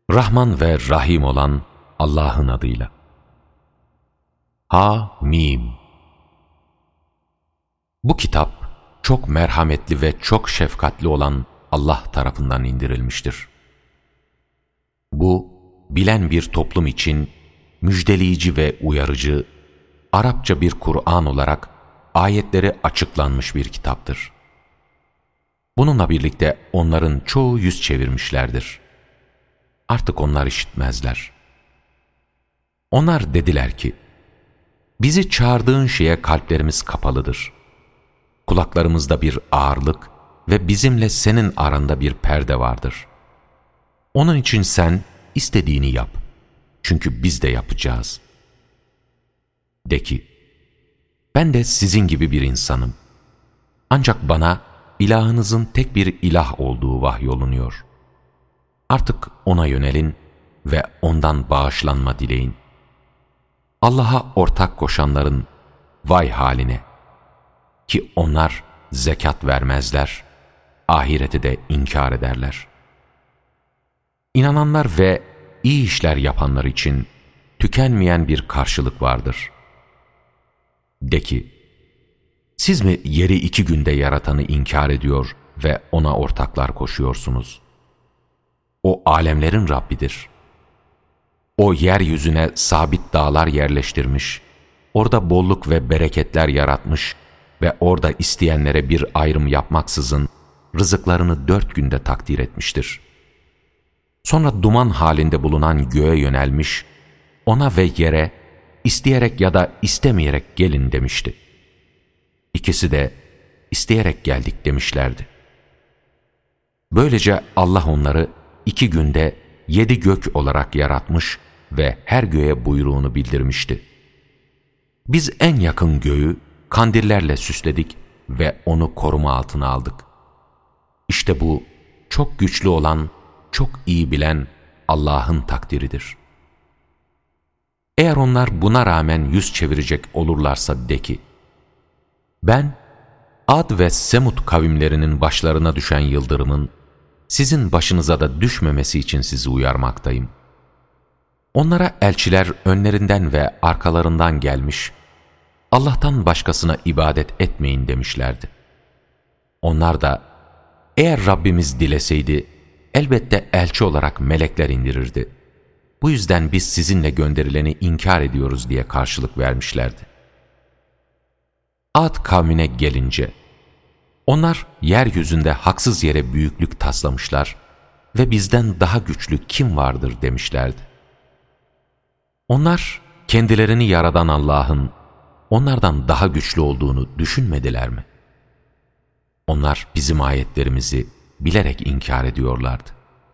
Rahman ve Rahim olan Allah'ın adıyla. Ha-Mim. Bu kitap çok merhametli ve çok şefkatli olan Allah tarafından indirilmiştir. Bu, bilen bir toplum için müjdeleyici ve uyarıcı, Arapça bir Kur'an olarak ayetleri açıklanmış bir kitaptır. Bununla birlikte onların çoğu yüz çevirmişlerdir. Artık onlar işitmezler. Onlar dediler ki, bizi çağırdığın şeye kalplerimiz kapalıdır. Kulaklarımızda bir ağırlık ve bizimle senin aranda bir perde vardır. Onun için sen istediğini yap. Çünkü biz de yapacağız. De ki, ben de sizin gibi bir insanım. Ancak bana ilahınızın tek bir ilah olduğu vahyolunuyor. Artık ona yönelin ve ondan bağışlanma dileyin. Allah'a ortak koşanların vay haline! Ki onlar zekat vermezler, ahireti de inkar ederler. İnananlar ve iyi işler yapanlar için tükenmeyen bir karşılık vardır. De ki, siz mi yeri 2 günde yaratanı inkar ediyor ve ona ortaklar koşuyorsunuz? O alemlerin Rabbidir. O yeryüzüne sabit dağlar yerleştirmiş, orada bolluk ve bereketler yaratmış ve orada isteyenlere bir ayrım yapmaksızın rızıklarını 4 günde takdir etmiştir. Sonra duman halinde bulunan göğe yönelmiş, ona ve yere isteyerek ya da istemeyerek gelin demişti. İkisi de isteyerek geldik demişlerdi. Böylece Allah onları 2 günde 7 gök olarak yaratmış ve her göğe buyruğunu bildirmişti. Biz en yakın göğü kandillerle süsledik ve onu koruma altına aldık. İşte bu çok güçlü olan, çok iyi bilen Allah'ın takdiridir. Eğer onlar buna rağmen yüz çevirecek olurlarsa de ki, ben Ad ve Semud kavimlerinin başlarına düşen yıldırımın sizin başınıza da düşmemesi için sizi uyarmaktayım. Onlara elçiler önlerinden ve arkalarından gelmiş, Allah'tan başkasına ibadet etmeyin demişlerdi. Onlar da, eğer Rabbimiz dileseydi, elbette elçi olarak melekler indirirdi. Bu yüzden biz sizinle gönderileni inkar ediyoruz diye karşılık vermişlerdi. Ad kavmine gelince, onlar yeryüzünde haksız yere büyüklük taslamışlar ve bizden daha güçlü kim vardır demişlerdi. Onlar kendilerini yaradan Allah'ın onlardan daha güçlü olduğunu düşünmediler mi? Onlar bizim ayetlerimizi bilerek inkar ediyorlardı.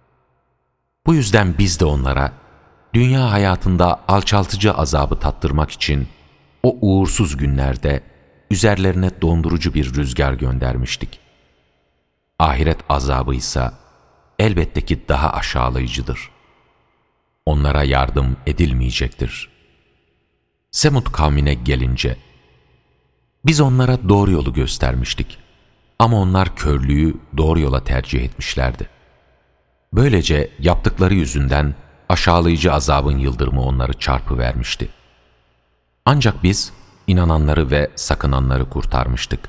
Bu yüzden biz de onlara dünya hayatında alçaltıcı azabı tattırmak için o uğursuz günlerde üzerlerine dondurucu bir rüzgar göndermiştik. Ahiret azabı ise elbette ki daha aşağılayıcıdır. Onlara yardım edilmeyecektir. Semud kavmine gelince, biz onlara doğru yolu göstermiştik. Ama onlar körlüğü doğru yola tercih etmişlerdi. Böylece yaptıkları yüzünden aşağılayıcı azabın yıldırımı onları çarpıvermişti. Ancak biz inananları ve sakınanları kurtarmıştık.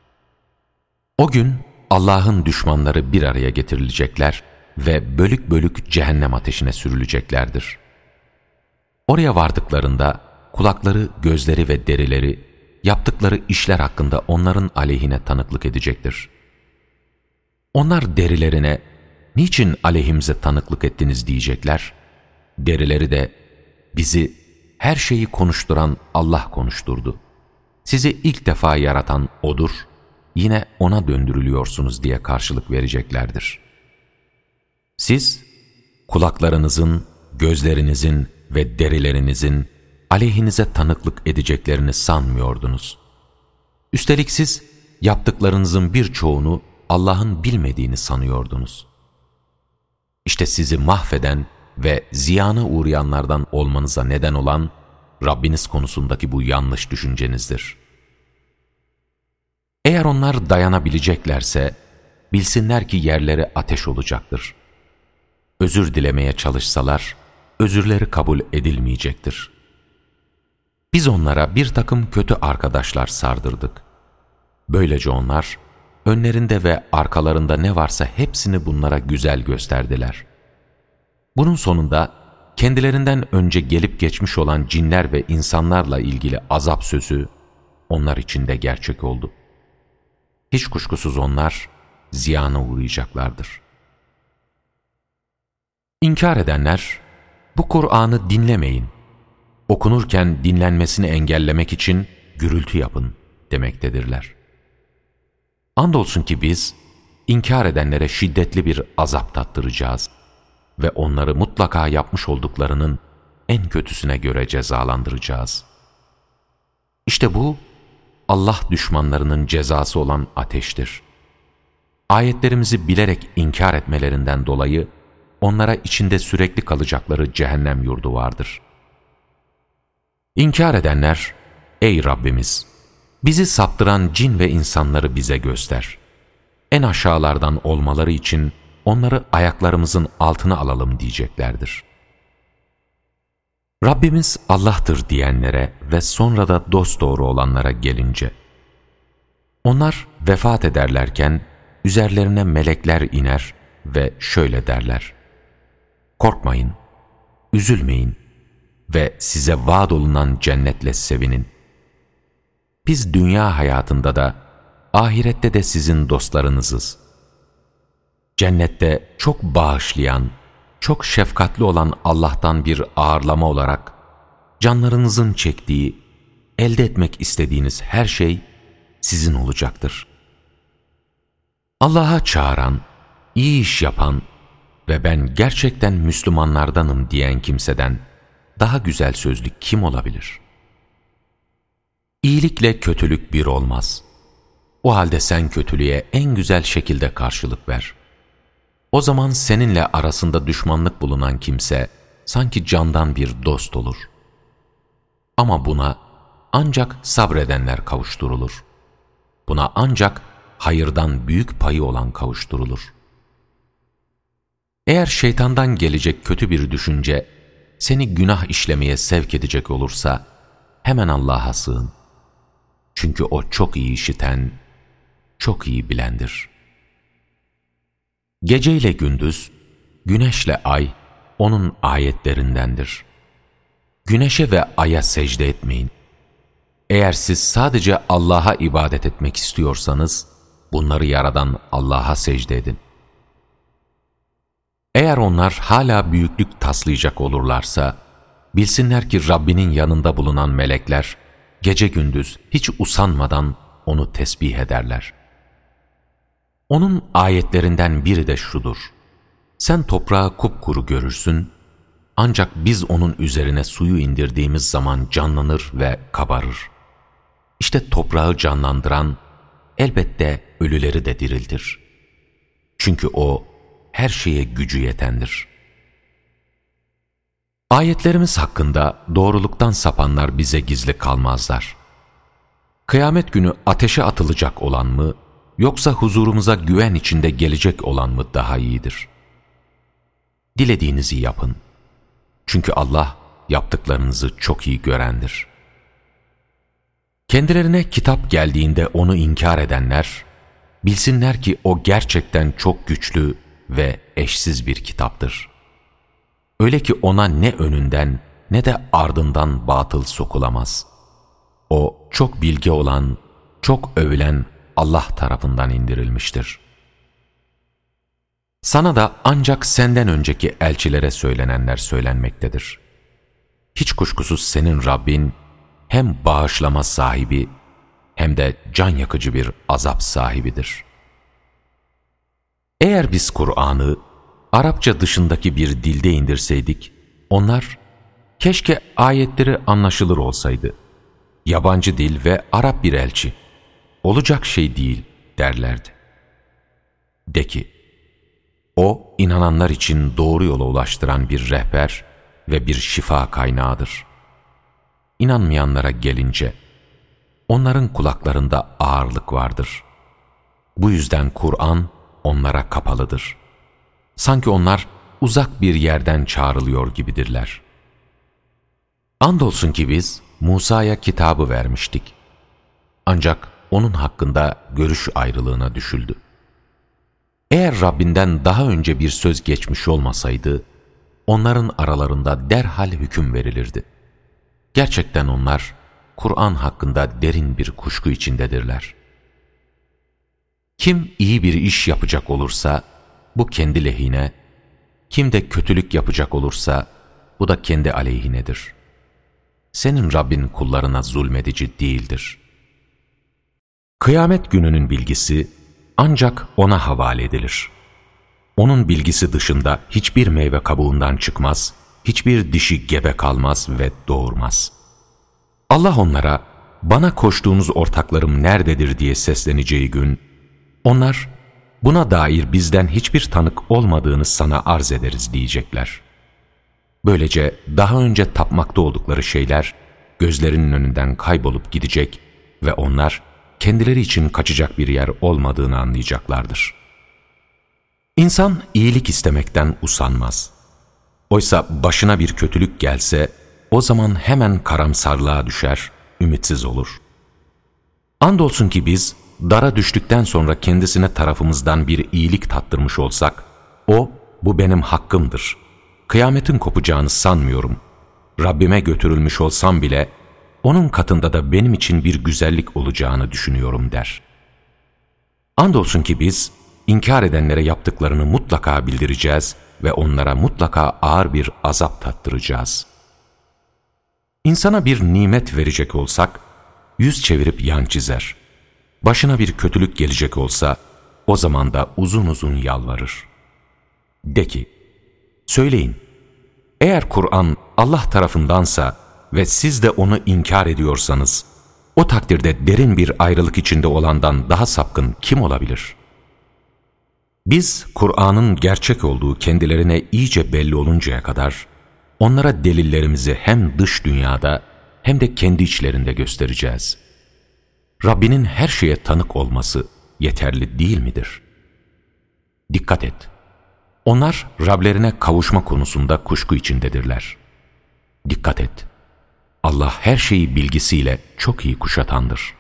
O gün Allah'ın düşmanları bir araya getirilecekler ve bölük bölük cehennem ateşine sürüleceklerdir. Oraya vardıklarında kulakları, gözleri ve derileri yaptıkları işler hakkında onların aleyhine tanıklık edecektir. Onlar derilerine, niçin aleyhimize tanıklık ettiniz diyecekler. Derileri de, bizi her şeyi konuşturan Allah konuşturdu. Sizi ilk defa yaratan O'dur, yine O'na döndürülüyorsunuz diye karşılık vereceklerdir. Siz, kulaklarınızın, gözlerinizin ve derilerinizin aleyhinize tanıklık edeceklerini sanmıyordunuz. Üstelik siz, yaptıklarınızın birçoğunu Allah'ın bilmediğini sanıyordunuz. İşte sizi mahveden ve ziyana uğrayanlardan olmanıza neden olan Rabbiniz konusundaki bu yanlış düşüncenizdir. Eğer onlar dayanabileceklerse bilsinler ki yerleri ateş olacaktır. özür dilemeye çalışsalar, özürleri kabul edilmeyecektir. Biz onlara bir takım kötü arkadaşlar sardırdık. Böylece onlar, önlerinde ve arkalarında ne varsa hepsini bunlara güzel gösterdiler. Bunun sonunda, kendilerinden önce gelip geçmiş olan cinler ve insanlarla ilgili azap sözü, onlar için de gerçek oldu. Hiç kuşkusuz onlar, ziyana uğrayacaklardır. İnkar edenler, bu Kur'an'ı dinlemeyin, okunurken dinlenmesini engellemek için gürültü yapın demektedirler. Andolsun ki biz, inkar edenlere şiddetli bir azap tattıracağız ve onları mutlaka yapmış olduklarının en kötüsüne göre cezalandıracağız. İşte bu, Allah düşmanlarının cezası olan ateştir. Ayetlerimizi bilerek inkar etmelerinden dolayı, onlara içinde sürekli kalacakları cehennem yurdu vardır. İnkar edenler, ey Rabbimiz! Bizi saptıran cin ve insanları bize göster. En aşağılardan olmaları için onları ayaklarımızın altına alalım diyeceklerdir. Rabbimiz Allah'tır diyenlere ve sonra da dosdoğru olanlara gelince, onlar vefat ederlerken üzerlerine melekler iner ve şöyle derler: korkmayın, üzülmeyin ve size vaat olunan cennetle sevinin. Biz dünya hayatında da, ahirette de sizin dostlarınızız. Cennette çok bağışlayan, çok şefkatli olan Allah'tan bir ağırlama olarak, canlarınızın çektiği, elde etmek istediğiniz her şey sizin olacaktır. Allah'a çağıran, iyi iş yapan ve ben gerçekten Müslümanlardanım diyen kimseden daha güzel sözlü kim olabilir? İyilikle kötülük bir olmaz. O halde sen kötülüğe en güzel şekilde karşılık ver. O zaman seninle arasında düşmanlık bulunan kimse sanki candan bir dost olur. Ama buna ancak sabredenler kavuşturulur. Buna ancak hayırdan büyük payı olan kavuşturulur. Eğer şeytandan gelecek kötü bir düşünce seni günah işlemeye sevk edecek olursa hemen Allah'a sığın. Çünkü O çok iyi işiten, çok iyi bilendir. Gece ile gündüz, güneşle ay O'nun ayetlerindendir. Güneşe ve aya secde etmeyin. Eğer siz sadece Allah'a ibadet etmek istiyorsanız, bunları yaradan Allah'a secde edin. Eğer onlar hala büyüklük taslayacak olurlarsa, bilsinler ki Rabbinin yanında bulunan melekler, gece gündüz hiç usanmadan O'nu tesbih ederler. O'nun ayetlerinden biri de şudur: sen toprağı kupkuru görürsün, ancak biz onun üzerine suyu indirdiğimiz zaman canlanır ve kabarır. İşte toprağı canlandıran, elbette ölüleri de diriltir. Çünkü O, her şeye gücü yetendir. Ayetlerimiz hakkında doğruluktan sapanlar bize gizli kalmazlar. Kıyamet günü ateşe atılacak olan mı, yoksa huzurumuza güven içinde gelecek olan mı daha iyidir? Dilediğinizi yapın. Çünkü Allah yaptıklarınızı çok iyi görendir. Kendilerine kitap geldiğinde onu inkar edenler, bilsinler ki o gerçekten çok güçlü ve eşsiz bir kitaptır. Öyle ki ona ne önünden ne de ardından batıl sokulamaz. O çok bilge olan, çok övülen Allah tarafından indirilmiştir. Sana da ancak senden önceki elçilere söylenenler söylenmektedir. Hiç kuşkusuz senin Rabbin hem bağışlama sahibi hem de can yakıcı bir azap sahibidir. Eğer biz Kur'an'ı Arapça dışındaki bir dilde indirseydik, onlar keşke ayetleri anlaşılır olsaydı, yabancı dil ve Arap bir elçi, olacak şey değil derlerdi. De ki, O inananlar için doğru yola ulaştıran bir rehber ve bir şifa kaynağıdır. İnanmayanlara gelince, onların kulaklarında ağırlık vardır. Bu yüzden Kur'an onlara kapalıdır. Sanki onlar uzak bir yerden çağrılıyor gibidirler. Andolsun ki biz Musa'ya kitabı vermiştik. Ancak onun hakkında görüş ayrılığına düşüldü. Eğer Rabbinden daha önce bir söz geçmiş olmasaydı, onların aralarında derhal hüküm verilirdi. Gerçekten onlar, Kur'an hakkında derin bir kuşku içindedirler. Kim iyi bir iş yapacak olursa, bu kendi lehine, kim de kötülük yapacak olursa, bu da kendi aleyhinedir. Senin Rabbin kullarına zulmedici değildir. Kıyamet gününün bilgisi ancak ona havale edilir. Onun bilgisi dışında hiçbir meyve kabuğundan çıkmaz, hiçbir dişi gebe kalmaz ve doğurmaz. Allah onlara, bana koştuğunuz ortaklarım nerededir diye sesleneceği gün, onlar, buna dair bizden hiçbir tanık olmadığını sana arz ederiz diyecekler. Böylece daha önce tapmakta oldukları şeyler, gözlerinin önünden kaybolup gidecek ve onlar, kendileri için kaçacak bir yer olmadığını anlayacaklardır. İnsan iyilik istemekten usanmaz. Oysa başına bir kötülük gelse, o zaman hemen karamsarlığa düşer, ümitsiz olur. Andolsun ki biz, dara düştükten sonra kendisine tarafımızdan bir iyilik tattırmış olsak, o, bu benim hakkımdır. Kıyametin kopacağını sanmıyorum. Rabbime götürülmüş olsam bile, onun katında da benim için bir güzellik olacağını düşünüyorum der. Andolsun ki biz, inkar edenlere yaptıklarını mutlaka bildireceğiz ve onlara mutlaka ağır bir azap tattıracağız. İnsana bir nimet verecek olsak, yüz çevirip yan çizer. Başına bir kötülük gelecek olsa, o zaman da uzun uzun yalvarır. De ki, söyleyin, eğer Kur'an Allah tarafındansa ve siz de onu inkar ediyorsanız, o takdirde derin bir ayrılık içinde olandan daha sapkın kim olabilir? Biz, Kur'an'ın gerçek olduğu kendilerine iyice belli oluncaya kadar, onlara delillerimizi hem dış dünyada hem de kendi içlerinde göstereceğiz. Rabbinin her şeye tanık olması yeterli değil midir? Dikkat et! Onlar Rablerine kavuşma konusunda kuşku içindedirler. Dikkat et! Allah her şeyi bilgisiyle çok iyi kuşatandır.